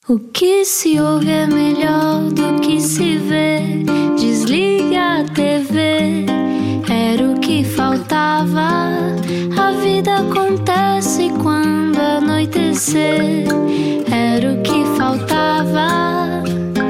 O que se ouve é melhor do que se vê. Desliga a TV, era o que faltava. A vida acontece quando anoitecer. Era o que faltava.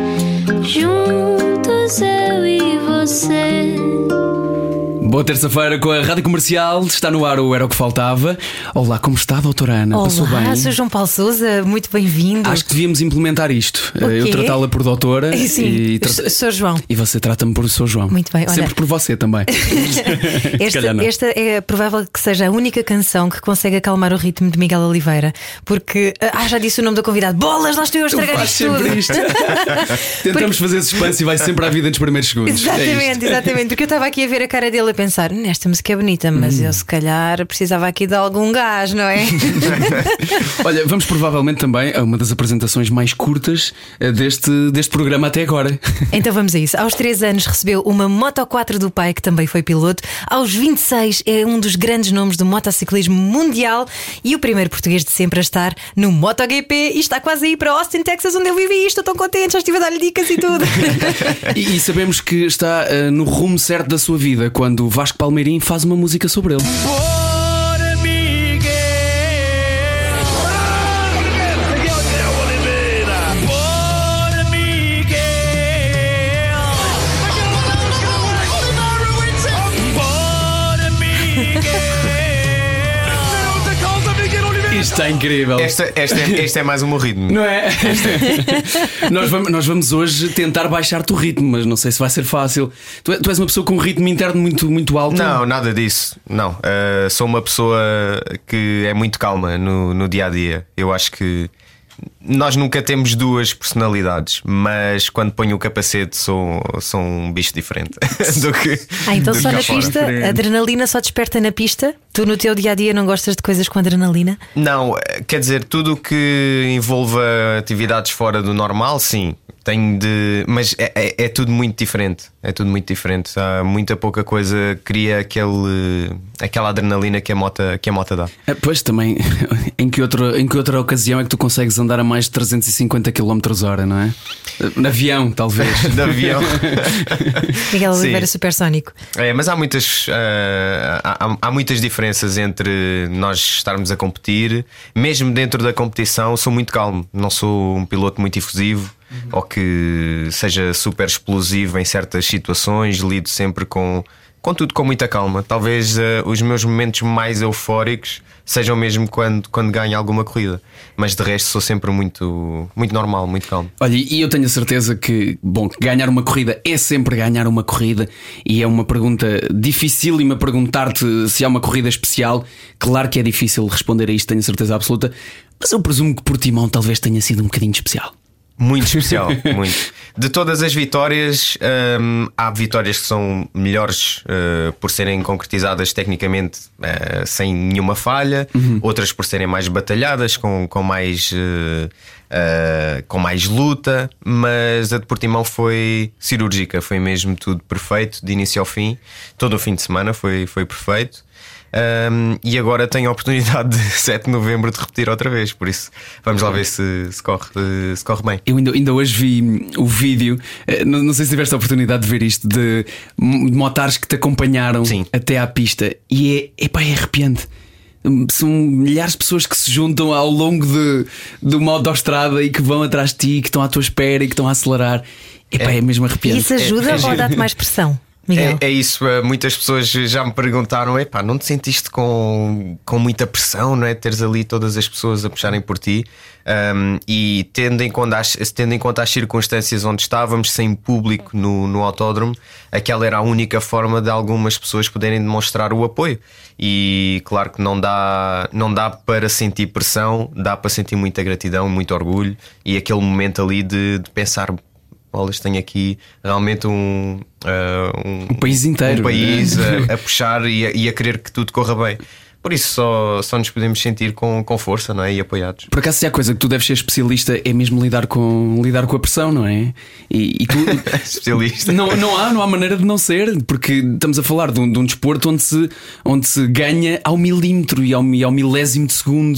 Juntos eu e você. Boa terça-feira com a Rádio Comercial. Está no ar o Era o que Faltava. Olá, como está, doutora Ana? Olá, passou bem? sou João Paulo Sousa, muito bem-vindo. Acho que devíamos implementar isto. Eu tratá-la por doutora. Sim, e sou João. E você trata-me por Sr. João. Muito bem, olha. Sempre por você também. Esta é provável que seja a única canção que consegue acalmar o ritmo de Miguel Oliveira. Porque, já disse o nome do convidado. Bolas, lá estou eu a estragar isto tudo. Isto. Tentamos fazer suspense e vai sempre à vida nos primeiros segundos. Exatamente. Porque eu estava aqui a ver a cara dele a pensar, esta música é bonita, mas eu se calhar precisava aqui de algum gás, não é? Olha, vamos provavelmente também a uma das apresentações mais curtas deste programa até agora. Então vamos a isso. Aos 3 anos recebeu uma Moto 4 do pai, que também foi piloto. Aos 26 é um dos grandes nomes do motociclismo mundial e o primeiro português de sempre a estar no MotoGP. E está quase a ir para Austin, Texas, onde eu vivi. Estou tão contente, já estive a dar-lhe dicas e tudo. E sabemos que está no rumo certo da sua vida quando o Vasco Palmeirim faz uma música sobre ele. Isto está incrível. Este é mais um ritmo. Não é? Nós vamos hoje tentar baixar-te o ritmo, mas não sei se vai ser fácil. Tu és uma pessoa com um ritmo interno muito alto? Não, nada disso. Não. Sou uma pessoa que é muito calma no dia a dia. Eu acho que nós nunca temos duas personalidades, mas quando ponho o capacete sou um bicho diferente do que. Então do só que na cá fora. pista, a adrenalina só desperta na pista? Tu no teu dia a dia não gostas de coisas com adrenalina? Não, quer dizer, tudo o que envolva atividades fora do normal, sim. Tenho de. Mas é tudo muito diferente. É tudo muito diferente. Há muita pouca coisa que cria aquela adrenalina que a moto dá. Pois também, em que outra ocasião é que tu consegues andar a mais de 350 km/h, não é? No avião, talvez. De avião. Miguel Oliveira supersónico. Mas há muitas diferenças entre nós estarmos a competir. Mesmo dentro da competição, sou muito calmo. Não sou um piloto muito efusivo. Ou que seja super explosivo em certas situações. Lido sempre com tudo com muita calma. Talvez os meus momentos mais eufóricos sejam mesmo quando ganho alguma corrida. Mas de resto sou sempre muito normal, muito calmo. Olha, e eu tenho a certeza que ganhar uma corrida é sempre ganhar uma corrida. E é uma pergunta dificílima perguntar-te se há uma corrida especial. Claro que é difícil responder a isto, tenho a certeza absoluta. Mas eu presumo que Portimão talvez tenha sido um bocadinho especial. Muito especial, muito. De todas as vitórias, há vitórias que são melhores por serem concretizadas tecnicamente sem nenhuma falha, outras por serem mais batalhadas, com mais luta. Mas a de Portimão foi cirúrgica, foi mesmo tudo perfeito, de início ao fim. Todo o fim de semana foi perfeito. E agora tenho a oportunidade de 7 de novembro de repetir outra vez. Por isso vamos lá ver se corre bem. Eu ainda hoje vi o vídeo. Não sei se tiveste a oportunidade de ver isto, de motares que te acompanharam. Sim. Até à pista. E é arrepiante. São milhares de pessoas que se juntam ao longo de uma autoestrada e que vão atrás de ti, que estão à tua espera e que estão a acelerar. É mesmo arrepiante. E isso ajuda ou dá-te mais pressão? É isso, muitas pessoas já me perguntaram: não te sentiste com muita pressão, não é? Teres ali todas as pessoas a puxarem por ti. E tendo em conta as circunstâncias onde estávamos, sem público no autódromo, aquela era a única forma de algumas pessoas poderem demonstrar o apoio. E claro que não dá para sentir pressão, dá para sentir muita gratidão, muito orgulho. E aquele momento ali de pensar: tenho aqui realmente um país inteiro, a puxar e a querer que tudo corra bem. Por isso só nos podemos sentir com força, não é? E apoiados. Por acaso, se há coisa que tu deves ser especialista é mesmo lidar com a pressão, não é? E tu... Especialista. Não há maneira de não ser, porque estamos a falar de um desporto onde se ganha ao milímetro e ao milésimo de segundo.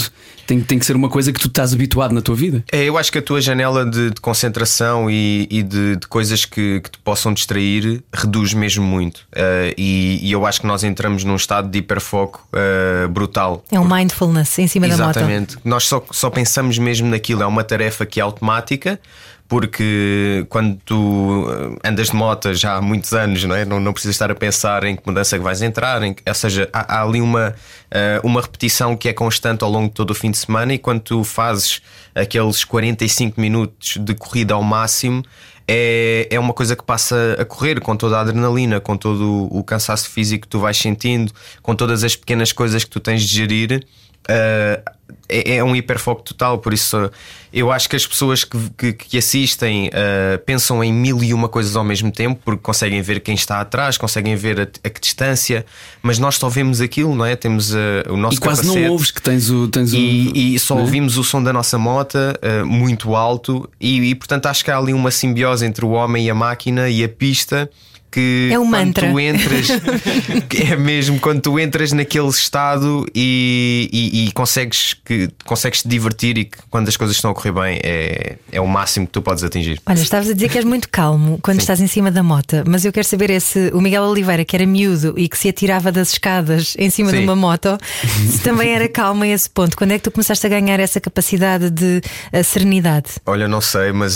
Tem que ser uma coisa que tu estás habituado na tua vida. Eu acho que a tua janela de concentração e de coisas que te possam distrair reduz mesmo muito. E eu acho que nós entramos num estado de hiperfoco brutal. É um mindfulness em cima da moto. Exatamente. Nós só pensamos mesmo naquilo. É uma tarefa que é automática. Porque quando tu andas de moto já há muitos anos, não é? Não precisas estar a pensar em que mudança que vais entrar, ou seja, há ali uma repetição que é constante ao longo de todo o fim de semana. E quando tu fazes aqueles 45 minutos de corrida ao máximo, é uma coisa que passa a correr com toda a adrenalina, com todo o cansaço físico que tu vais sentindo, com todas as pequenas coisas que tu tens de gerir. É um hiperfoco total. Por isso eu acho que as pessoas que assistem pensam em 1001 coisas ao mesmo tempo, porque conseguem ver quem está atrás, conseguem ver a que distância, mas nós só vemos aquilo, não é? Temos o nosso capacete. E quase não ouves que tens o e só ouvimos o som da nossa moto muito alto. E portanto acho que há ali uma simbiose entre o homem e a máquina e a pista, que é um mantra. Tu entras, é mesmo quando tu entras naquele estado e consegues te divertir, e que quando as coisas estão a correr bem é o máximo que tu podes atingir. Olha, estavas a dizer que és muito calmo quando estás em cima da moto, mas eu quero saber o Miguel Oliveira, que era miúdo e que se atirava das escadas em cima de uma moto, se também era calmo a esse ponto. Quando é que tu começaste a ganhar essa capacidade de serenidade? Olha, não sei, mas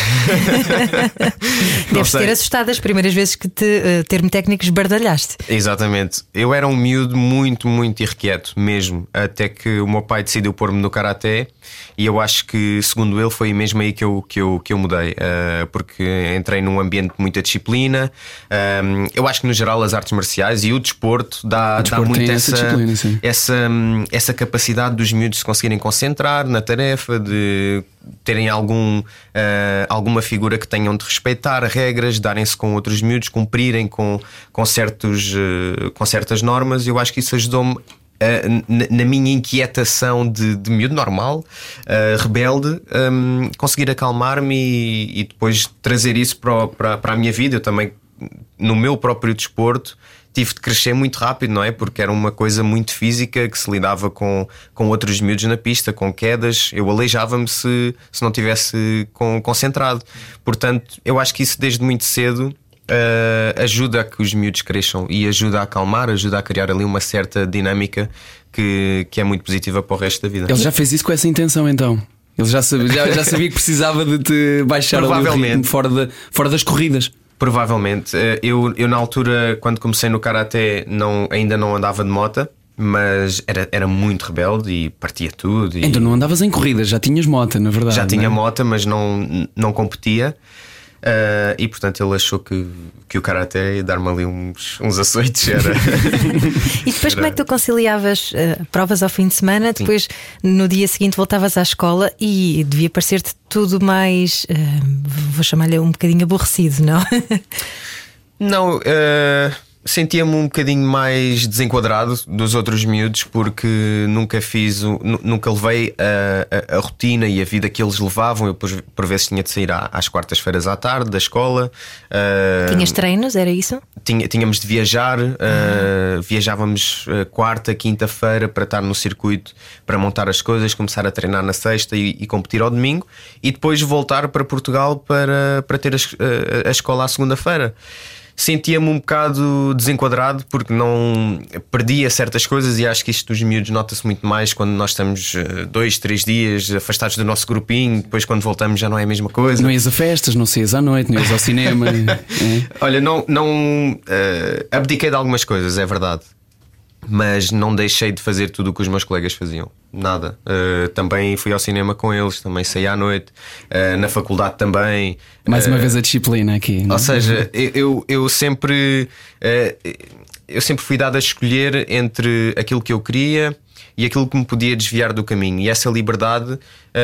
deves ter assustado as primeiras vezes que termo técnico esbardalhaste. Exatamente. Eu era um miúdo muito, muito irrequieto mesmo, até que o meu pai decidiu pôr-me no karaté. E eu acho que, segundo ele, foi mesmo aí que eu mudei, porque entrei num ambiente de muita disciplina. Eu acho que no geral as artes marciais e o desporto dá muito essa capacidade dos miúdos se conseguirem concentrar na tarefa, de terem alguma figura que tenham de respeitar regras, darem-se com outros miúdos, cumprirem com certas normas. Eu acho que isso ajudou-me na minha inquietação de miúdo normal, rebelde, conseguir acalmar-me e depois trazer isso para a minha vida. Eu também, no meu próprio desporto, tive de crescer muito rápido, não é? Porque era uma coisa muito física, que se lidava com outros miúdos na pista, com quedas. Eu aleijava-me se não tivesse concentrado. Portanto, eu acho que isso desde muito cedo ajuda a que os miúdos cresçam e ajuda a acalmar, ajuda a criar ali uma certa dinâmica que é muito positiva para o resto da vida. Ele já fez isso com essa intenção, então? Ele já sabia que precisava de te baixar ali o ritmo fora das corridas? Provavelmente. Eu na altura, quando comecei no karaté, ainda não andava de moto, mas era muito rebelde e partia tudo. Então não andavas em corridas, já tinhas moto, na verdade. Já tinha moto, mas não competia. E portanto ele achou que o karaté ia dar-me ali uns açoites. E depois como é que tu conciliavas provas ao fim de semana? Sim. Depois no dia seguinte voltavas à escola e devia parecer-te tudo mais, vou chamar-lhe um bocadinho aborrecido, não? Não, sentia-me um bocadinho mais desenquadrado dos outros miúdos, porque nunca levei a rotina e a vida que eles levavam. Eu por vezes tinha de sair às quartas-feiras à tarde da escola. Tinhas treinos, era isso? Tínhamos de viajar. Viajávamos quarta, quinta-feira para estar no circuito, para montar as coisas, começar a treinar na sexta e competir ao domingo, e depois voltar para Portugal para ter a escola à segunda-feira. Sentia-me um bocado desenquadrado, porque não perdia certas coisas, e acho que isto dos miúdos nota-se muito mais quando nós estamos 2, 3 dias afastados do nosso grupinho. Depois quando voltamos já não é a mesma coisa. Não ias a festas, não saías à noite, não ias ao cinema. Olha, abdiquei de algumas coisas, é verdade, mas não deixei de fazer tudo o que os meus colegas faziam. Nada. Também fui ao cinema com eles, também saí à noite, na faculdade também. Mais uma vez a disciplina aqui, não? Ou seja, eu sempre fui dado a escolher entre aquilo que eu queria e aquilo que me podia desviar do caminho. E essa liberdade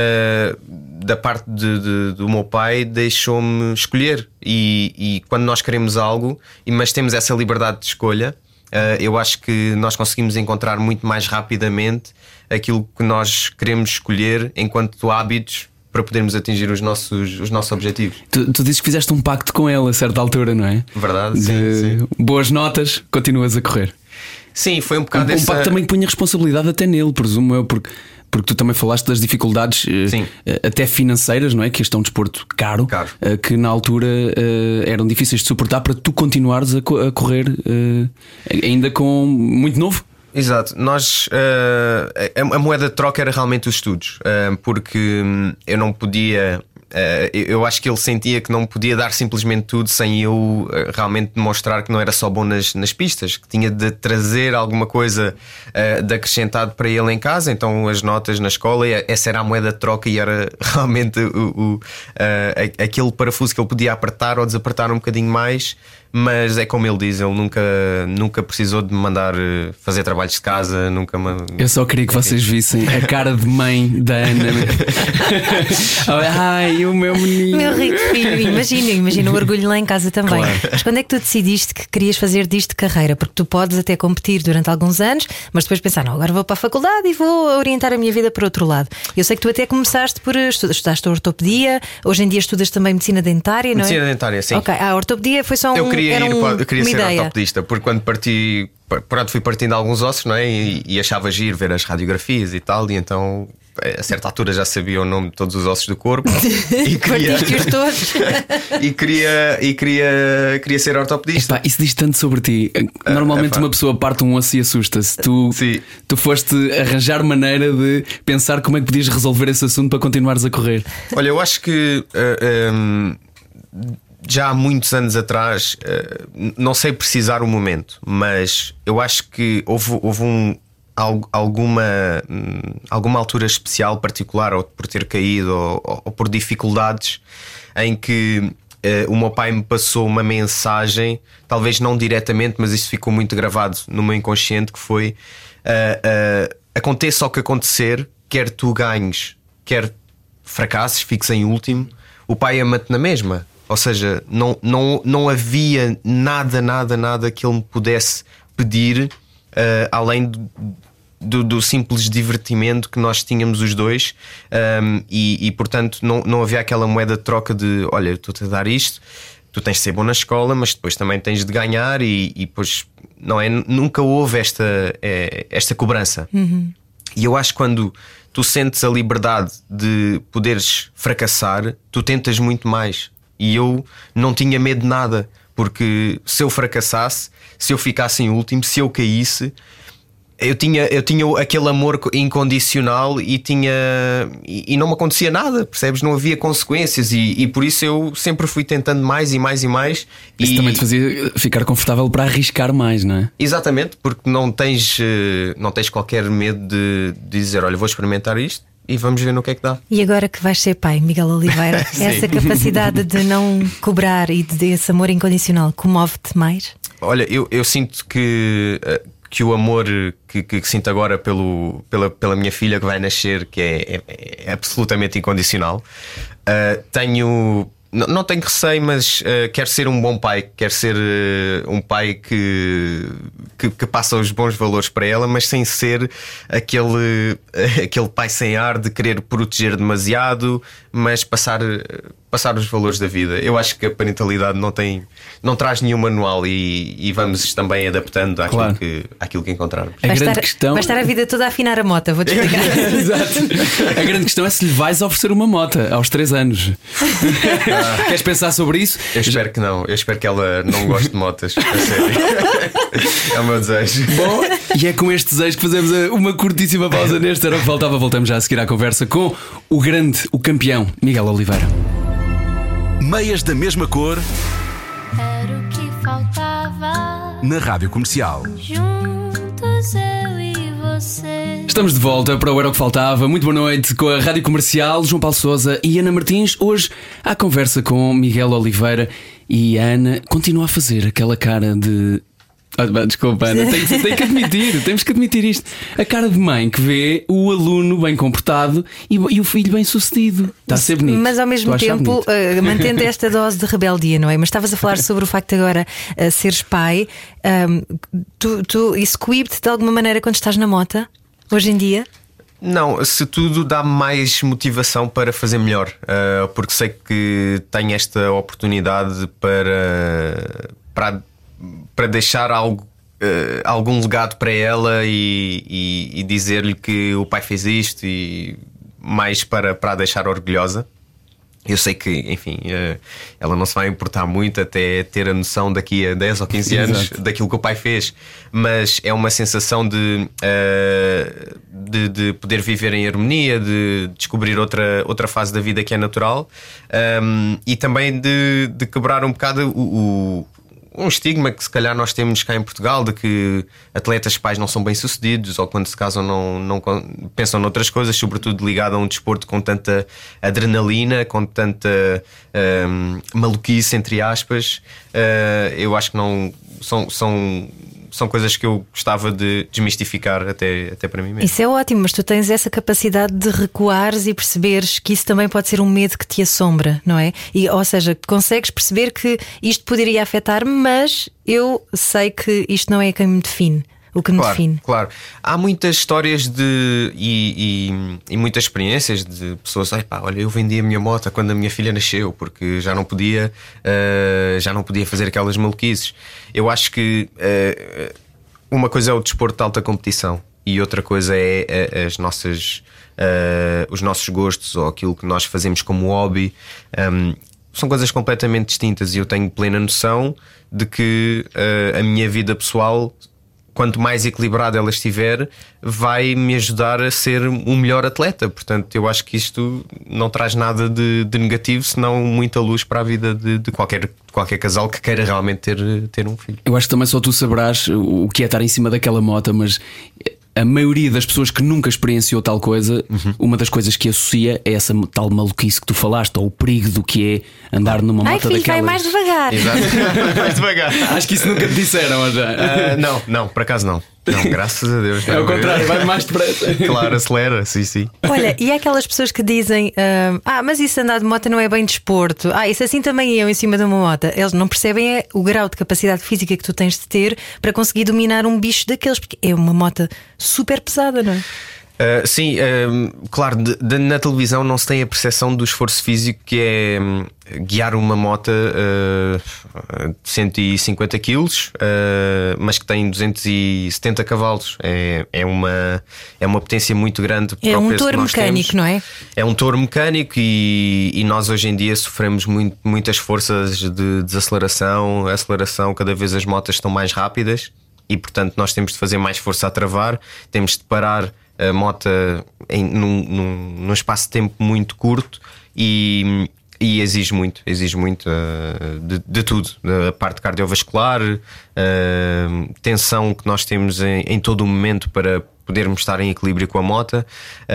da parte do meu pai deixou-me escolher. E quando nós queremos algo, mas temos essa liberdade de escolha, eu acho que nós conseguimos encontrar muito mais rapidamente aquilo que nós queremos escolher enquanto hábitos para podermos atingir os nossos objetivos. Tu dizes que fizeste um pacto com ele a certa altura, não é? Verdade, sim. Boas notas, continuas a correr. Sim, foi um bocado um pacto também que punha responsabilidade até nele, presumo eu, porque porque tu também falaste das dificuldades até financeiras, não é? Que este é um desporto caro. Que na altura eram difíceis de suportar para tu continuares a correr ainda com muito novo. Exato, nós a moeda de troca era realmente os estudos, porque eu não podia. Eu acho que ele sentia que não podia dar simplesmente tudo sem eu realmente demonstrar que não era só bom nas pistas, que tinha de trazer alguma coisa de acrescentado para ele em casa. Então as notas na escola, essa era a moeda de troca e era realmente aquele parafuso que ele podia apertar ou desapertar um bocadinho mais. Mas é como ele diz, ele nunca precisou de me mandar fazer trabalhos de casa, nunca me... Eu só queria que vocês vissem a cara de mãe da Ana. Ai, o meu menino. Meu rico filho, imagina o orgulho lá em casa também. Claro. Mas quando é que tu decidiste que querias fazer disto carreira? Porque tu podes até competir durante alguns anos, mas depois pensar, não, agora vou para a faculdade e vou orientar a minha vida para outro lado. Eu sei que tu até começaste por estudaste ortopedia, hoje em dia estudas também medicina dentária, não é? Medicina dentária, sim. Ok, a ortopedia foi só eu queria ser ortopedista, porque quando parti, pronto, fui partindo alguns ossos, não é? E achava giro ver as radiografias e tal, e então a certa altura já sabia o nome de todos os ossos do corpo e partiste-os todos. e queria ser ortopedista. Epá, isso diz tanto sobre ti. Normalmente uma pessoa parte um osso e assusta-se. Tu foste arranjar maneira de pensar como é que podias resolver esse assunto para continuares a correr. Olha, eu acho que já há muitos anos atrás, não sei precisar o momento, mas eu acho que houve alguma altura especial, particular, ou por ter caído ou por dificuldades, em que o meu pai me passou uma mensagem, talvez não diretamente, mas isso ficou muito gravado no meu inconsciente, que foi aconteça o que acontecer, quer tu ganhes, quer fracasses, fiques em último, o pai ama-te na mesma. Ou seja, não havia nada que ele me pudesse pedir além do simples divertimento que nós tínhamos os dois, e portanto não havia aquela moeda de troca de olha, eu estou-te a dar isto, tu tens de ser bom na escola, mas depois também tens de ganhar, e depois não é, nunca houve esta cobrança. E eu acho que quando tu sentes a liberdade de poderes fracassar, tu tentas muito mais. E eu não tinha medo de nada, porque se eu fracassasse, se eu ficasse em último, se eu caísse, eu tinha aquele amor incondicional e não me acontecia nada, percebes? Não havia consequências, e por isso eu sempre fui tentando mais e mais e mais. Isso também te fazia ficar confortável para arriscar mais, não é? Exatamente, porque não tens qualquer medo de dizer, olha, vou experimentar isto e vamos ver no que é que dá. E agora que vais ser pai, Miguel Oliveira, essa capacidade de não cobrar e desse amor incondicional comove-te mais? Olha, eu sinto que o amor que sinto agora pela minha filha que vai nascer, que é absolutamente incondicional, não tenho receio, mas quero ser um bom pai. Quero ser um pai que passa os bons valores para ela, mas sem ser aquele pai sem ar de querer proteger demasiado, mas passar os valores da vida. Eu acho que a parentalidade não traz nenhum manual, e vamos também adaptando àquilo que encontrarmos. Vai estar a vida toda a afinar a moto, vou-te explicar. Exato. A grande questão é se lhe vais oferecer uma moto aos 3 anos. Queres pensar sobre isso? Eu espero que não. Eu espero que ela não goste de motas. A sério. É o meu desejo. Bom, e é com este desejo que fazemos uma curtíssima pausa neste Era o que Faltava. Voltamos já a seguir à conversa com o campeão Miguel Oliveira. Meias da mesma cor. Era o que faltava. Na Rádio Comercial. Juntos eu e você. Estamos de volta para o Era o que Faltava. Muito boa noite com a Rádio Comercial, João Paulo Sousa e Ana Martins. Hoje à conversa com Miguel Oliveira. E a Ana continua a fazer aquela cara de... Desculpa, Ana, temos que admitir isto. A cara de mãe que vê o aluno bem comportado e o filho bem sucedido. Está a ser bonito. Mas ao mesmo tempo mantendo esta dose de rebeldia, não é? Mas estavas a falar sobre o facto de agora seres pai. Isso coíbe-te de alguma maneira quando estás na moto, hoje em dia? Não, se tudo dá mais motivação para fazer melhor, porque sei que tenho esta oportunidade para deixar algo algum legado para ela e dizer-lhe que o pai fez isto e mais para a deixar orgulhosa. Eu sei que, enfim, ela não se vai importar muito até ter a noção daqui a 10 ou 15 anos daquilo que o pai fez, mas é uma sensação de poder viver em harmonia, de descobrir outra fase da vida que é natural, e também de quebrar um bocado um estigma que se calhar nós temos cá em Portugal, de que atletas pais não são bem sucedidos, ou quando se casam não pensam noutras coisas, sobretudo ligado a um desporto com tanta adrenalina, com tanta maluquice, entre aspas. Eu acho que não são coisas que eu gostava de desmistificar até para mim mesmo. Isso é ótimo, mas tu tens essa capacidade de recuares e perceberes que isso também pode ser um medo que te assombra, não é? Ou seja, consegues perceber que isto poderia afetar, mas eu sei que isto não é quem me define. O que me define. Claro. Há muitas histórias e muitas experiências de pessoas. Olha, eu vendi a minha moto quando a minha filha nasceu, porque já não podia fazer aquelas maluquices. Eu acho que uma coisa é o desporto de alta competição e outra coisa é os nossos gostos ou aquilo que nós fazemos como hobby. São coisas completamente distintas e eu tenho plena noção de que a minha vida pessoal, quanto mais equilibrada ela estiver, vai me ajudar a ser um melhor atleta. Portanto, eu acho que isto não traz nada de negativo, senão muita luz para a vida de qualquer casal que queira realmente ter um filho. Eu acho que também só tu saberás o que é estar em cima daquela moto, mas a maioria das pessoas que nunca experienciou tal coisa, uma das coisas que associa é essa tal maluquice que tu falaste, ou o perigo do que é andar numa moto filho, daquelas. vai mais devagar. Exato. Mais devagar. Acho que isso nunca te disseram já. Não, por acaso não. Não, graças a Deus. É o contrário, vai mais depressa. Claro, acelera, sim. Olha, e há aquelas pessoas que dizem mas isso andar de moto não é bem desporto. Isso assim também eu em cima de uma moto. Eles não percebem o grau de capacidade física que tu tens de ter para conseguir dominar um bicho daqueles, porque é uma moto super pesada, não é? Sim, claro, na televisão não se tem a percepção do esforço físico que é guiar uma moto de 150 kg, mas que tem 270 cavalos. É uma potência muito grande. É um touro mecânico, não é? É um touro mecânico e nós hoje em dia sofremos muitas forças de desaceleração, aceleração. Cada vez as motas estão mais rápidas e, portanto, nós temos de fazer mais força a travar, temos de parar a moto num espaço de tempo muito curto e exige muito de tudo, a parte cardiovascular, tensão que nós temos em todo o momento para podermos estar em equilíbrio com a moto,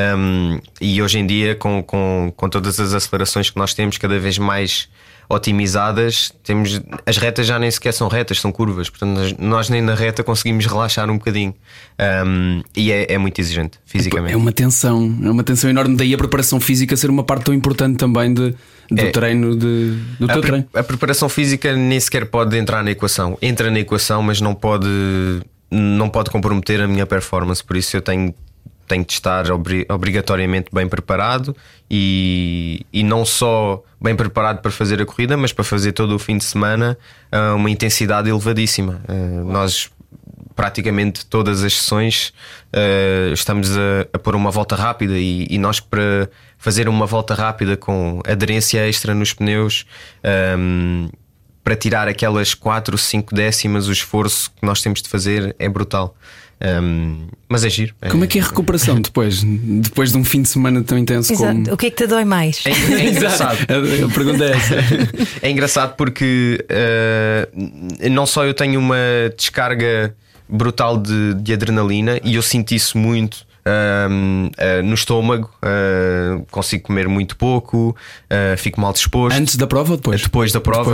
e hoje em dia com todas as acelerações que nós temos cada vez mais otimizadas, as retas já nem sequer são retas, são curvas. Portanto, nós nem na reta conseguimos relaxar um bocadinho, e é muito exigente fisicamente. É uma tensão enorme. Daí a preparação física ser uma parte tão importante também do treino, do teu treino. A preparação física nem sequer pode entrar na equação. Entra na equação, mas não pode comprometer a minha performance. Por isso eu tenho de estar obrigatoriamente bem preparado e não só bem preparado para fazer a corrida, mas para fazer todo o fim de semana uma intensidade elevadíssima. Nós praticamente todas as sessões estamos a pôr uma volta rápida e nós, para fazer uma volta rápida com aderência extra nos pneus, para tirar aquelas 4 ou 5 décimas, o esforço que nós temos de fazer é brutal. Mas é giro. Como é que é a recuperação depois de um fim de semana tão intenso? Exato. Como... O que é que te dói mais? É engraçado. A pergunta é essa. É engraçado porque não só eu tenho uma descarga brutal de adrenalina, e eu sinto isso muito no estômago, consigo comer muito pouco, fico mal disposto. Antes da prova ou depois? Depois da prova.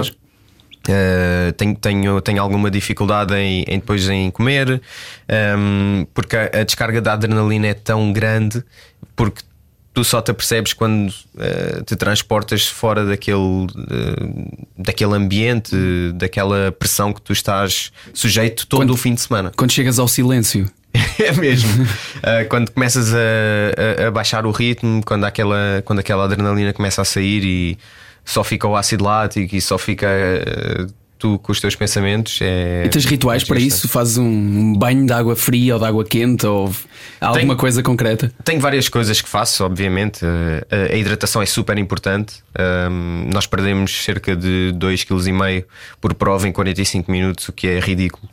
Tenho alguma dificuldade depois em comer, porque a descarga da adrenalina é tão grande, porque tu só te apercebes quando te transportas fora daquele ambiente, daquela pressão que tu estás sujeito todo o fim de semana. Quando chegas ao silêncio. É mesmo. Quando começas a baixar o ritmo, quando aquela adrenalina começa a sair e só fica o ácido lático e só fica conecto com os teus pensamentos. E tens rituais para isso? Fazes um banho de água fria ou de água quente? Ou alguma coisa concreta? Tenho várias coisas que faço, obviamente. A hidratação é super importante. Nós perdemos cerca de 2,5 kg por prova em 45 minutos, o que é ridículo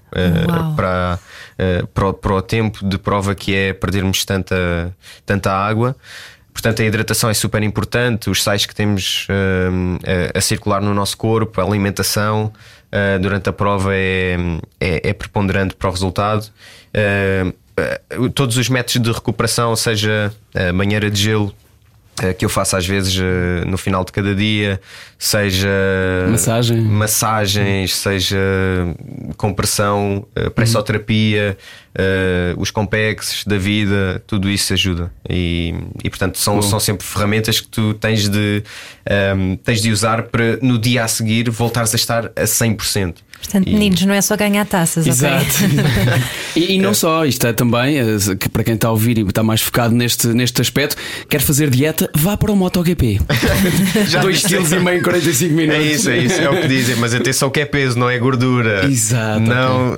para o tempo de prova que é perdermos tanta água. Portanto, a hidratação é super importante. Os sais que temos a circular no nosso corpo, a alimentação durante a prova é preponderante para o resultado. Todos os métodos de recuperação, seja a banheira de gelo que eu faço às vezes no final de cada dia, seja massagens, seja compressão, pressoterapia, os complexos da vida, tudo isso ajuda. E portanto são sempre ferramentas que tu tens de usar para no dia a seguir voltares a estar a 100%. Portanto, meninos, não é só ganhar taças. Exato. Okay? e não só, isto é também que para quem está a ouvir e está mais focado neste aspecto, quer fazer dieta, vá para o MotoGP. 2,5 kg em 45 minutos. É isso, é o que dizem. Mas atenção que é peso, não é gordura. Exato. Não.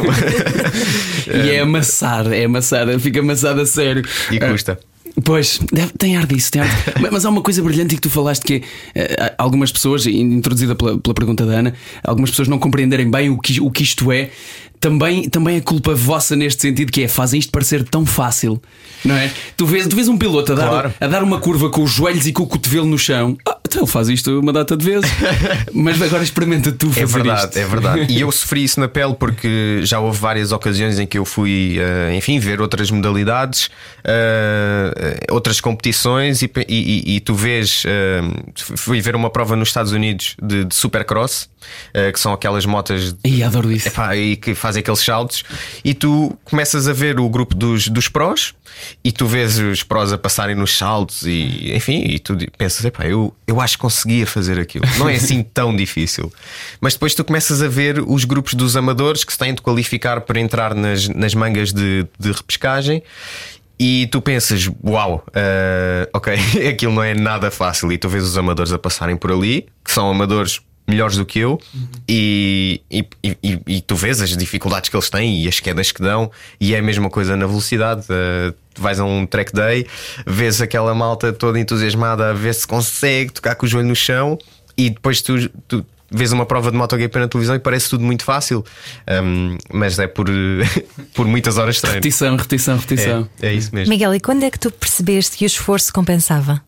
E é amassar, fica amassado a sério. E custa. Pois, tem ar disso, Mas há uma coisa brilhante que tu falaste que é algumas pessoas, introduzida pela pergunta da Ana, algumas pessoas não compreenderem bem o que isto é. Também é culpa vossa neste sentido, que fazem isto parecer tão fácil, não é? Tu vês um piloto a dar uma curva com os joelhos e com o cotovelo no chão. Então ele faz isto uma data de vezes. Mas agora experimenta tu fazer isto. É verdade. E eu sofri isso na pele porque já houve várias ocasiões em que eu fui, ver outras modalidades, outras competições e tu vês, fui ver uma prova nos Estados Unidos de Supercross, que são aquelas motas adoro isso. E que fazem aqueles saltos, e tu começas a ver o grupo dos prós, e tu vês os prós a passarem nos saltos e tu pensas, eu acho que conseguia fazer aquilo. Não é assim tão difícil. Mas depois tu começas a ver os grupos dos amadores que se têm de qualificar para entrar nas mangas de repescagem. E tu pensas, uau, ok, aquilo não é nada fácil. E tu vês os amadores a passarem por ali, que são amadores melhores do que eu, e tu vês as dificuldades que eles têm e as quedas que dão. E é a mesma coisa na velocidade. Tu vais a um track day, vês aquela malta toda entusiasmada a ver se consegue tocar com o joelho no chão, e depois tu vês uma prova de MotoGP na televisão e parece tudo muito fácil, mas é por muitas horas de treino. Repetição. É isso mesmo. Miguel, e quando é que tu percebeste que o esforço compensava?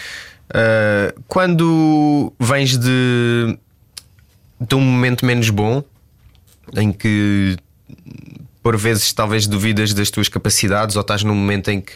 Quando vens de um momento menos bom, em que por vezes talvez duvidas das tuas capacidades, ou estás num momento em que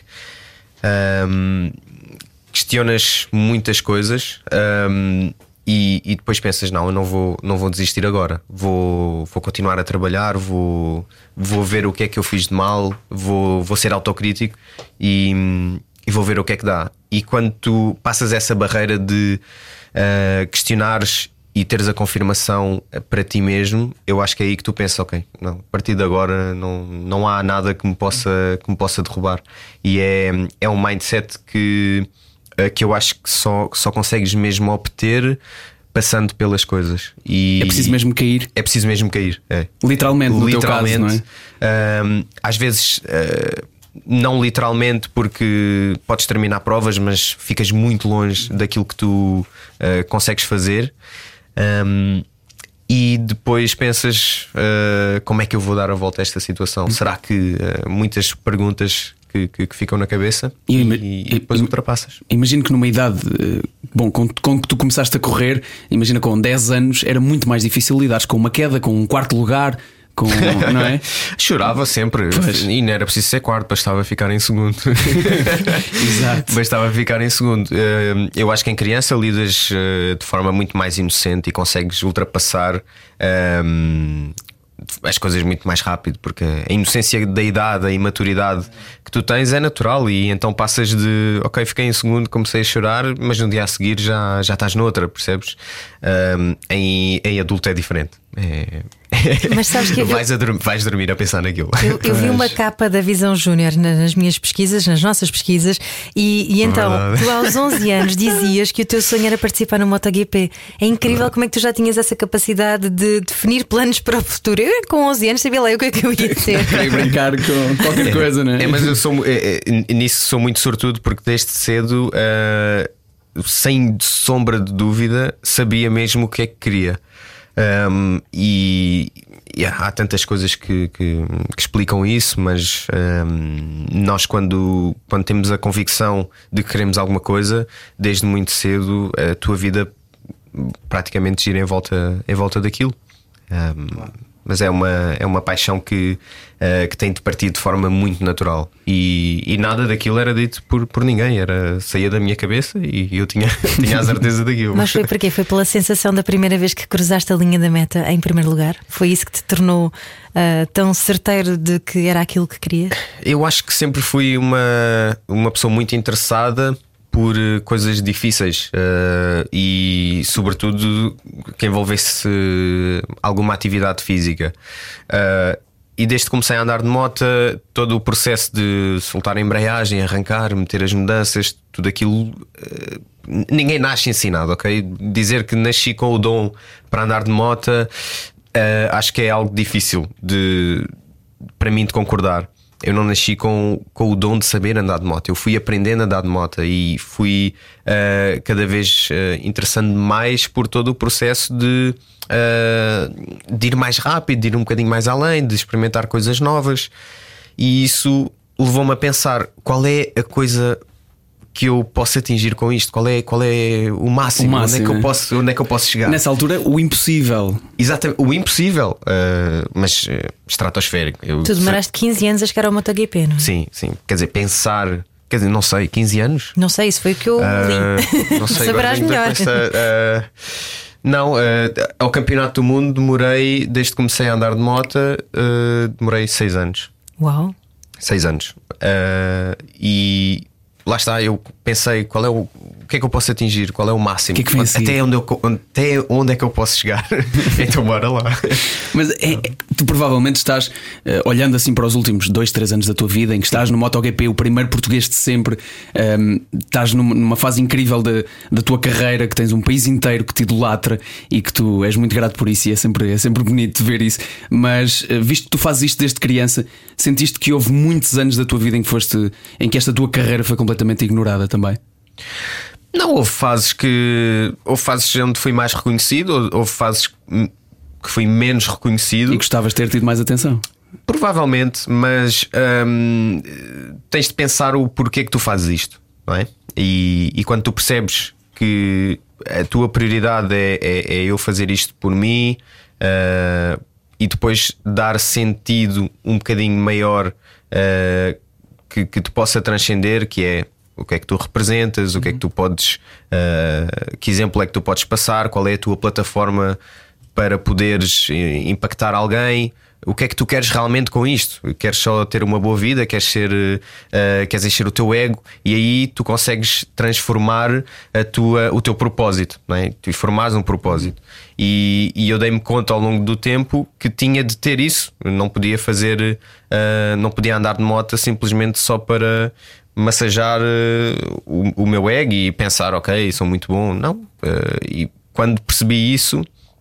questionas muitas coisas, e depois pensas, não, eu não vou desistir agora, vou continuar a trabalhar, vou ver o que é que eu fiz de mal, vou ser autocrítico e vou ver o que é que dá. E quando tu passas essa barreira de questionares e teres a confirmação para ti mesmo, eu acho que é aí que tu pensas, ok, não, a partir de agora não há nada que me possa derrubar. E é um mindset que eu acho que só consegues mesmo obter passando pelas coisas. E é preciso mesmo cair. É. Literalmente, no teu caso, não é? Às vezes não literalmente, porque podes terminar provas, mas ficas muito longe daquilo que tu consegues fazer. E depois pensas, como é que eu vou dar a volta a esta situação? Será que muitas perguntas que ficam na cabeça e depois ultrapassas? Imagino que numa idade, com que tu começaste a correr, imagina com 10 anos, era muito mais difícil lidares com uma queda, com um quarto lugar, não é? Chorava sempre. Pois. E não era preciso ser quarto, bastava ficar em segundo. Exato. Bastava ficar em segundo. Eu acho que em criança lidas de forma muito mais inocente e consegues ultrapassar as coisas muito mais rápido, porque a inocência da idade, a imaturidade que tu tens é natural. E então passas de ok, fiquei em segundo, comecei a chorar, mas no dia a seguir já estás noutra, percebes? Em adulto é diferente. Mas sabes que vais dormir a pensar naquilo. Eu vi uma capa da Visão Júnior nas minhas pesquisas, nas nossas pesquisas, e então tu aos 11 anos dizias que o teu sonho era participar no MotoGP. É incrível como é que tu já tinhas essa capacidade de definir planos para o futuro. Eu com 11 anos sabia lá o que é que eu ia ser. Queria brincar com qualquer coisa, não é? Mas eu nisso sou muito sortudo, porque desde cedo, sem sombra de dúvida, sabia mesmo o que é que queria. E há tantas coisas que explicam isso, mas nós quando temos a convicção de que queremos alguma coisa, desde muito cedo a tua vida praticamente gira em volta daquilo. Mas é uma paixão que tem de partir de forma muito natural. E nada daquilo era dito por ninguém. Saía da minha cabeça e eu tinha a certeza daquilo. Mas foi porquê? Foi pela sensação da primeira vez que cruzaste a linha da meta em primeiro lugar? Foi isso que te tornou tão certeiro de que era aquilo que querias? Eu acho que sempre fui uma pessoa muito interessada por coisas difíceis e sobretudo que envolvesse alguma atividade física. E desde que comecei a andar de moto, todo o processo de soltar a embreagem, arrancar, meter as mudanças, tudo aquilo, ninguém nasce ensinado, ok? Dizer que nasci com o dom para andar de moto, acho que é algo difícil para mim de concordar. Eu não nasci com o dom de saber andar de moto. Eu fui aprendendo a andar de moto e fui cada vez interessando mais por todo o processo de ir mais rápido, de ir um bocadinho mais além, de experimentar coisas novas. E isso levou-me a pensar: qual é a coisa que eu posso atingir com isto? Qual é o máximo? Onde é que eu posso chegar? Nessa altura, o impossível. Exatamente, o impossível, mas estratosférico. Tu demoraste 15 anos a chegar ao MotoGP, não é? Sim. Quer dizer, não sei, 15 anos? Não sei, isso foi o que eu li. Não sei, saberás melhor. Ao Campeonato do Mundo demorei, desde que comecei a andar de moto, demorei 6 anos. Uau! 6 anos. E lá está, eu pensei: o que é que eu posso atingir? Qual é o máximo? Até onde é que eu posso chegar? Então bora lá. Mas tu provavelmente estás olhando assim para os últimos 2-3 anos da tua vida, em que estás no MotoGP, o primeiro português de sempre, estás numa fase incrível da tua carreira, que tens um país inteiro que te idolatra e que tu és muito grato por isso, e é sempre bonito ver isso. Mas visto que tu fazes isto desde criança, sentiste que houve muitos anos da tua vida em que esta tua carreira foi completamente ignorada também? Não, houve fases onde fui mais reconhecido, houve fases que fui menos reconhecido. E gostavas de ter tido mais atenção? Provavelmente, mas tens de pensar o porquê que tu fazes isto, não é? E quando tu percebes que a tua prioridade é eu fazer isto por mim, e depois dar sentido um bocadinho maior que te possa transcender, que é o que é que tu representas, o que é que tu podes, que exemplo é que tu podes passar, qual é a tua plataforma para poderes impactar alguém, o que é que tu queres realmente com isto? Queres só ter uma boa vida, queres encher o teu ego, e aí tu consegues transformar o teu propósito, não é? Tu formares um propósito. E eu dei-me conta ao longo do tempo que tinha de ter isso. Não podia não podia andar de moto simplesmente só para massajar o meu ego e pensar: ok, sou muito bom. Não. E quando percebi isso,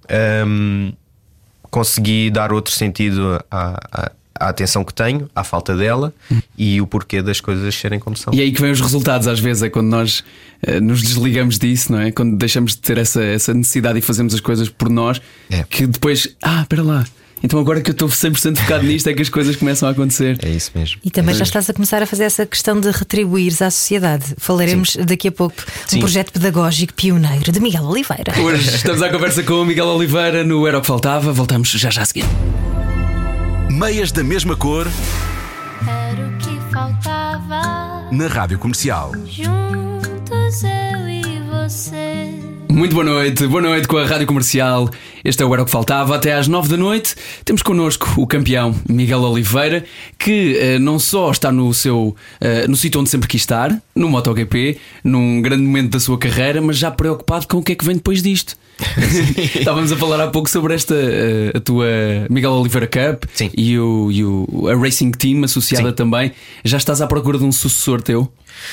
consegui dar outro sentido à atenção que tenho, à falta dela e o porquê das coisas serem como são. E aí que vem os resultados. Às vezes é quando nós nos desligamos disso, não é? Quando deixamos de ter essa necessidade e fazemos as coisas por nós, que depois, espera lá, então agora que eu estou 100% focado nisto é que as coisas começam a acontecer. É isso mesmo. E também já estás a começar a fazer essa questão de retribuires à sociedade. Falaremos daqui a pouco de um projeto pedagógico pioneiro de Miguel Oliveira. Hoje estamos à conversa com o Miguel Oliveira no Era o que Faltava. Voltamos já a seguir. Meias da mesma cor. Era o que faltava. Na Rádio Comercial. Juntos eu e você. Muito boa noite com a Rádio Comercial. Este é o Era o que Faltava. Até às 9 da noite temos connosco o campeão Miguel Oliveira, que não só está no sítio onde sempre quis estar, no MotoGP, num grande momento da sua carreira, mas já preocupado com o que é que vem depois disto. Estávamos a falar há pouco sobre a tua Miguel Oliveira Cup. Sim. E a Racing Team associada. Sim. Também. Já estás à procura de um sucessor teu?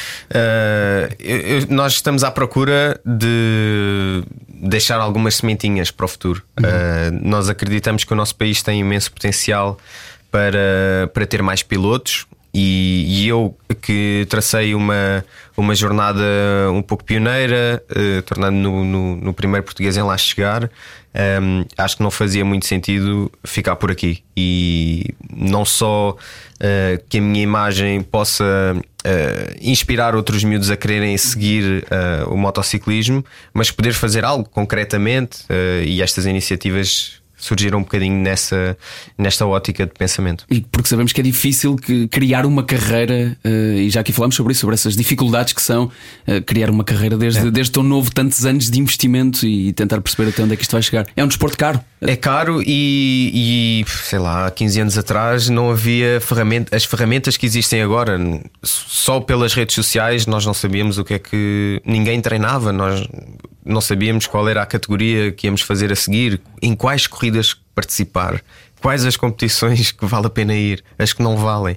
Nós estamos à procura de deixar algumas sementinhas para o futuro. Nós acreditamos que o nosso país tem imenso potencial para ter mais pilotos. E eu que tracei uma jornada um pouco pioneira, tornando no primeiro português em lá chegar, acho que não fazia muito sentido ficar por aqui. E não só que a minha imagem possa inspirar outros miúdos a quererem seguir o motociclismo, mas poder fazer algo concretamente, e estas iniciativas surgiram um bocadinho nesta ótica de pensamento. E porque sabemos que é difícil criar uma carreira, e já aqui falamos sobre isso, sobre essas dificuldades que são criar uma carreira desde tão novo, tantos anos de investimento, e tentar perceber até onde é que isto vai chegar. É um desporto caro. É caro e sei lá, há 15 anos atrás não havia as ferramentas que existem agora. Só pelas redes sociais nós não sabíamos o que é que ninguém treinava, nós não sabíamos qual era a categoria que íamos fazer a seguir, em quais corridas participar, quais as competições que vale a pena ir, as que não valem.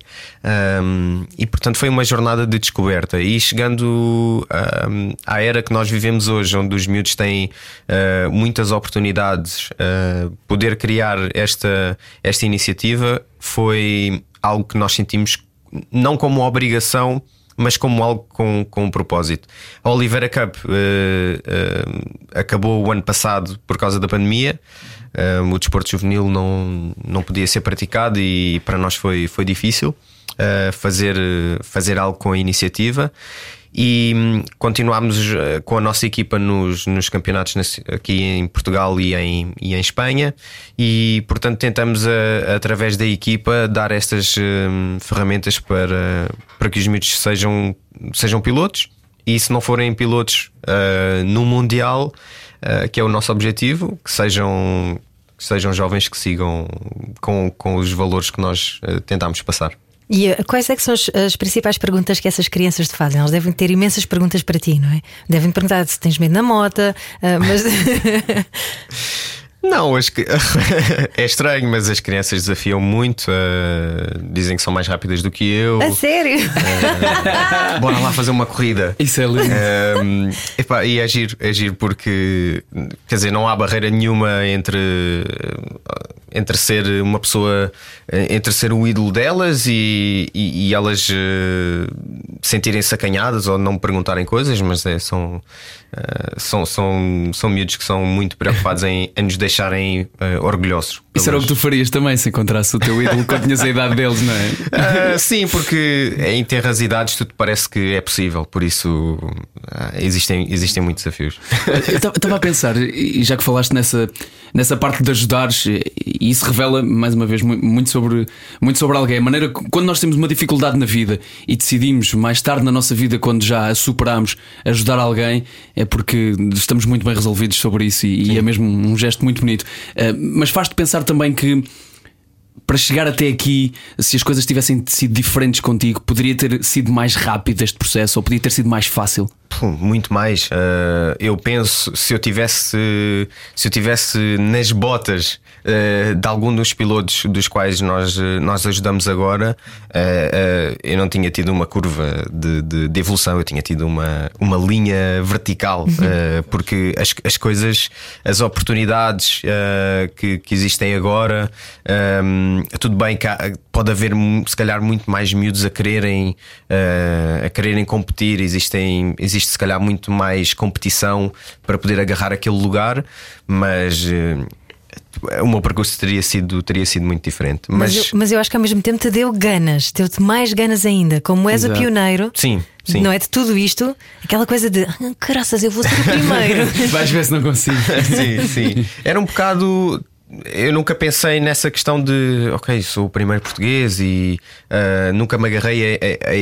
E portanto foi uma jornada de descoberta. E chegando à era que nós vivemos hoje, onde os miúdos têm muitas oportunidades, poder criar esta iniciativa foi algo que nós sentimos não como obrigação, mas como algo com um propósito. A Oliveira Cup acabou o ano passado por causa da pandemia. O desporto juvenil não podia ser praticado e para nós foi difícil fazer algo com a iniciativa. E continuámos com a nossa equipa nos campeonatos aqui em Portugal e em Espanha. E portanto tentamos através da equipa dar estas ferramentas para que os miúdos sejam pilotos. E se não forem pilotos no Mundial, que é o nosso objetivo, que sejam jovens que sigam com os valores que nós tentamos passar. E quais é que são as principais perguntas que essas crianças te fazem? Elas devem ter imensas perguntas para ti, não é? Devem perguntar se tens medo na moto, mas... Não, é estranho, mas as crianças desafiam muito, dizem que são mais rápidas do que eu. A sério? Bora lá fazer uma corrida. Isso é lindo. E é giro porque, quer dizer, não há barreira nenhuma entre ser uma pessoa, entre ser o ídolo delas e elas sentirem-se acanhadas ou não me perguntarem coisas, mas são miúdos que são muito preocupados em nos deixarem orgulhosos. Isso era o que tu farias também se encontrasse o teu ídolo quando tinhas a idade deles, não é? Sim, porque em terras e idades tudo parece que é possível, por isso existem muitos desafios. Eu estava a pensar, e já que falaste nessa parte de ajudares, e isso revela mais uma vez muito sobre alguém, a maneira quando nós temos uma dificuldade na vida e decidimos mais tarde na nossa vida, quando já a superamos, ajudar alguém, é porque estamos muito bem resolvidos sobre isso e é mesmo um gesto muito bonito. Mas faz-te pensar também que para chegar até aqui, se as coisas tivessem sido diferentes contigo, poderia ter sido mais rápido este processo ou podia ter sido mais fácil? Muito mais. Eu penso, se eu tivesse nas botas de algum dos pilotos dos quais nós ajudamos agora, eu não tinha tido uma curva de evolução, eu tinha tido uma linha vertical, porque as coisas, as oportunidades que existem agora, tudo bem que pode haver se calhar muito mais miúdos a quererem competir, existe se calhar muito mais competição para poder agarrar aquele lugar, mas o meu percurso teria sido muito diferente. Mas eu acho que ao mesmo tempo te deu-te mais ganas ainda. Como és Exato. O pioneiro, sim. Não é de tudo isto, aquela coisa de graças, eu vou ser o primeiro. Vais ver se não consigo. Sim. Era um bocado. Eu nunca pensei nessa questão de ok, sou o primeiro português e nunca me agarrei a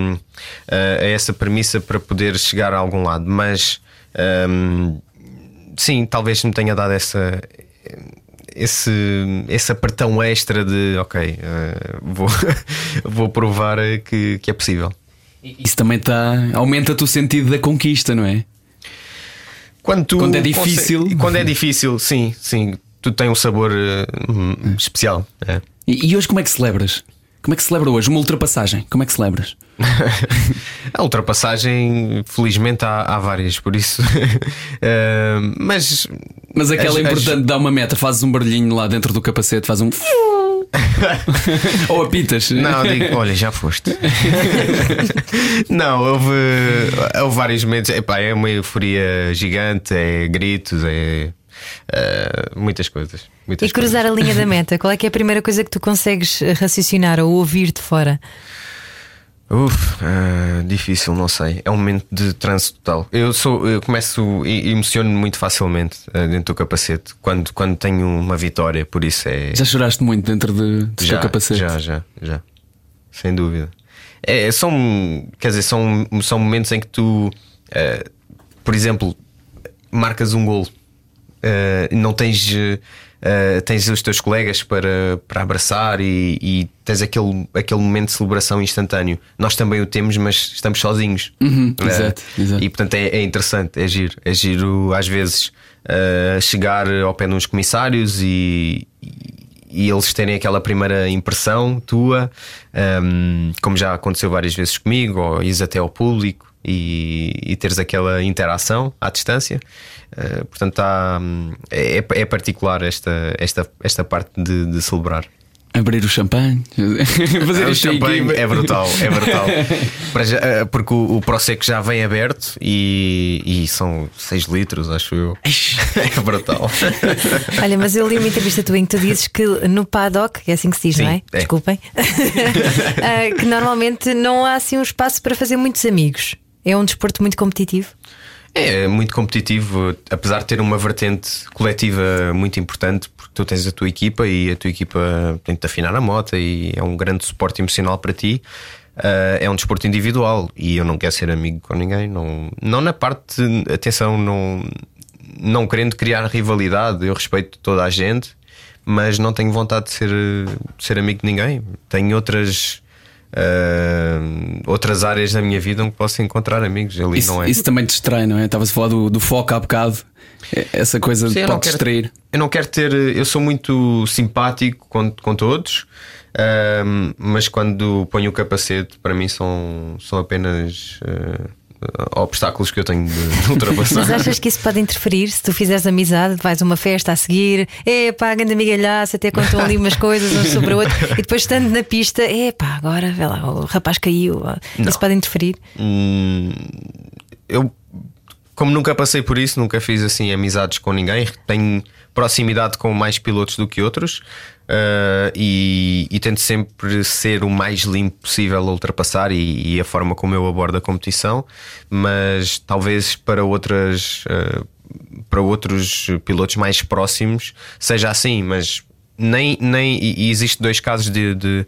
essa premissa para poder chegar a algum lado. Mas sim, talvez me tenha dado esse apertão extra de ok, vou provar que é possível. Isso também aumenta-te o sentido da conquista, não é? Quando é difícil. Quando é difícil, sim, tu tens um sabor especial. E hoje como é que celebras? Como é que celebra hoje? Uma ultrapassagem, como é que celebras? A ultrapassagem, felizmente há várias, por isso. Mas aquela é importante, dá uma meta, fazes um barulhinho lá dentro do capacete, faz um. Ou apitas. Não, digo, olha, já foste. Não, houve vários momentos. É uma euforia gigante, é gritos, é muitas coisas. E cruzar a linha da meta, qual é que é a primeira coisa que tu consegues raciocinar ou ouvir de fora? Difícil, não sei. É um momento de transe total. Eu começo e emociono-me muito facilmente dentro do capacete quando tenho uma vitória, por isso é. Já choraste muito dentro do teu capacete? Já. Sem dúvida. São momentos em que tu, por exemplo, marcas um golo, não tens. Tens os teus colegas para abraçar e tens aquele momento de celebração instantâneo. Nós também o temos, mas estamos sozinhos. Exato. E portanto é interessante, é giro às vezes chegar ao pé de uns comissários e eles terem aquela primeira impressão tua, como já aconteceu várias vezes comigo, ou ires até ao público e teres aquela interação à distância. Portanto é particular esta parte de celebrar. Abrir o champanhe. O champanhe é brutal. Porque o Prosecco já vem aberto e são 6 litros, acho eu. É brutal. Olha, mas eu li uma entrevista tua em que tu dizes que no paddock, é assim que se diz, sim, não é? Desculpem. Que normalmente não há assim um espaço para fazer muitos amigos. É um desporto muito competitivo. É muito competitivo, apesar de ter uma vertente coletiva muito importante, porque tu tens a tua equipa e a tua equipa tem de afinar a moto e é um grande suporte emocional para ti. É um desporto individual e eu não quero ser amigo com ninguém. Não na parte, atenção, não querendo criar rivalidade. Eu respeito toda a gente, mas não tenho vontade de ser amigo de ninguém. Tenho outras áreas da minha vida onde posso encontrar amigos. Ali isso, não é. Isso também te distrai, não é? Estavas a falar do foco há bocado. Essa coisa pode distrair. Eu não quero ter. Eu sou muito simpático com todos, mas quando ponho o capacete, para mim são apenas obstáculos que eu tenho de ultrapassar. Mas achas que isso pode interferir? Se tu fizeres amizade, vais a uma festa a seguir, grande amigalhaça, até contam ali umas coisas um sobre o outro, e depois estando na pista, agora vê lá, o rapaz caiu. Isso pode interferir? Eu, como nunca passei por isso, nunca fiz assim amizades com ninguém. Tenho proximidade com mais pilotos do que outros, e tento sempre ser o mais limpo possível a ultrapassar e a forma como eu abordo a competição. Mas talvez para outros pilotos mais próximos seja assim, mas e existe 2 casos de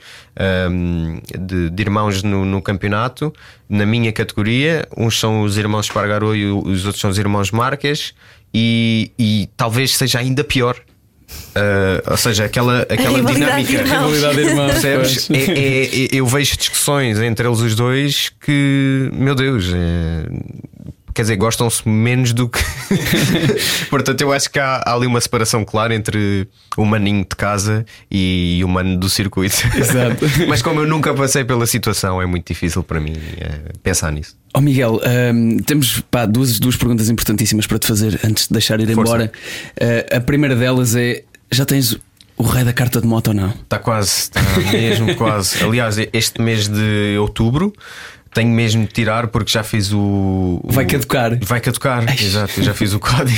irmãos no campeonato, na minha categoria. Uns são os irmãos Espargaró e os outros são os irmãos Marques, e talvez seja ainda pior. Ou seja, aquela dinâmica, rivalidade irmã, percebes? Eu vejo discussões entre eles os dois que, meu Deus, quer dizer, gostam-se menos do que. Portanto, eu acho que há ali uma separação clara entre o maninho de casa e o mano do circuito. Exato. Mas como eu nunca passei pela situação, é muito difícil para mim pensar nisso. Miguel, temos duas perguntas importantíssimas para te fazer antes de deixar ir embora. A primeira delas é: já tens o rei da carta de moto ou não? Está mesmo quase. Aliás, este mês de outubro tenho mesmo de tirar, porque já fiz Vai caducar. Exato, eu já fiz o código.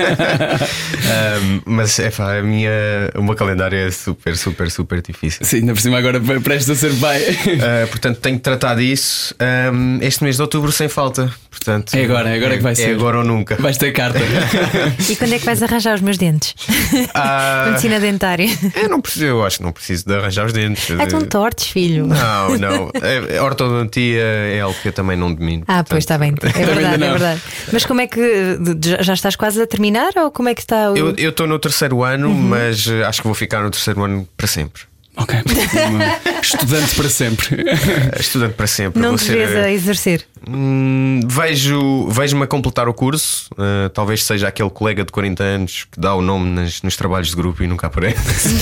Mas o meu calendário é super, super, super difícil. Sim, ainda por cima agora prestes a ser pai. Portanto, tenho de tratar disso este mês de outubro sem falta. Portanto, é agora que vai ser. É agora ou nunca. Vais ter carta. E quando é que vais arranjar os meus dentes? Medicina dentária. Eu acho que não preciso de arranjar os dentes. Estão tortos, filho. Não. Ortodontia é algo que eu também não domino. Pois está bem, é verdade, é verdade. Mas como é que já estás quase a terminar ou como é que está o... Eu estou no 3º ano, mas acho que vou ficar no 3º ano para sempre. Ok, estudante para sempre. Estudante para sempre. Não te vês a exercer? Vejo-me a completar o curso. Talvez seja aquele colega de 40 anos que dá o nome nos trabalhos de grupo e nunca aparece.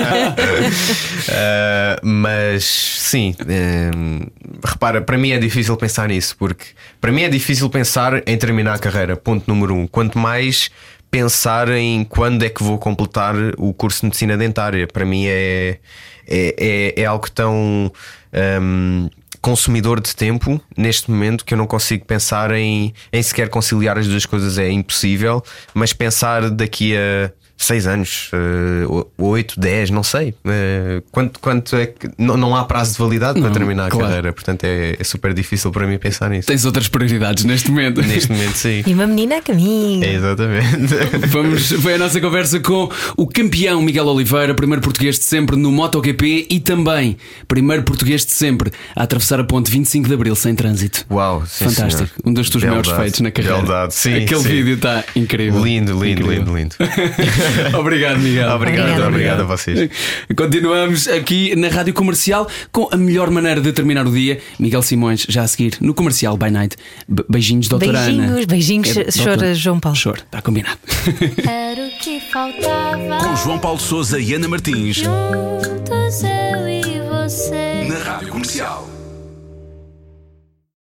Mas sim, repara, para mim é difícil pensar nisso, porque para mim é difícil pensar em terminar a carreira, ponto número 1. Quanto mais pensar em quando é que vou completar o curso de medicina dentária. Para mim é algo tão consumidor de tempo neste momento que eu não consigo pensar em sequer conciliar as duas coisas. É impossível. Mas pensar daqui a 6 anos, 8, 10, não sei. Quanto é que. Não há prazo de validade para terminar a carreira. Portanto, é super difícil para mim pensar nisso. Tens outras prioridades neste momento. Neste momento, sim. E uma menina a caminho. Exatamente. Foi a nossa conversa com o campeão Miguel Oliveira, primeiro português de sempre no MotoGP e também primeiro português de sempre a atravessar a ponte 25 de Abril sem trânsito. Uau, sim, fantástico. Senhor. Um dos teus maiores feitos na carreira. Verdade, sim. Aquele vídeo está incrível. Lindo. Obrigado, Miguel. Obrigado a vocês. Continuamos aqui na Rádio Comercial com a melhor maneira de terminar o dia. Miguel Simões, já a seguir no Comercial by Night. Beijinhos, doutora Ana. Beijinhos, chora João Paulo. Chora, está combinado. Era o que faltava. Com João Paulo Sousa e Ana Martins. Juntos eu e você. Na Rádio Comercial.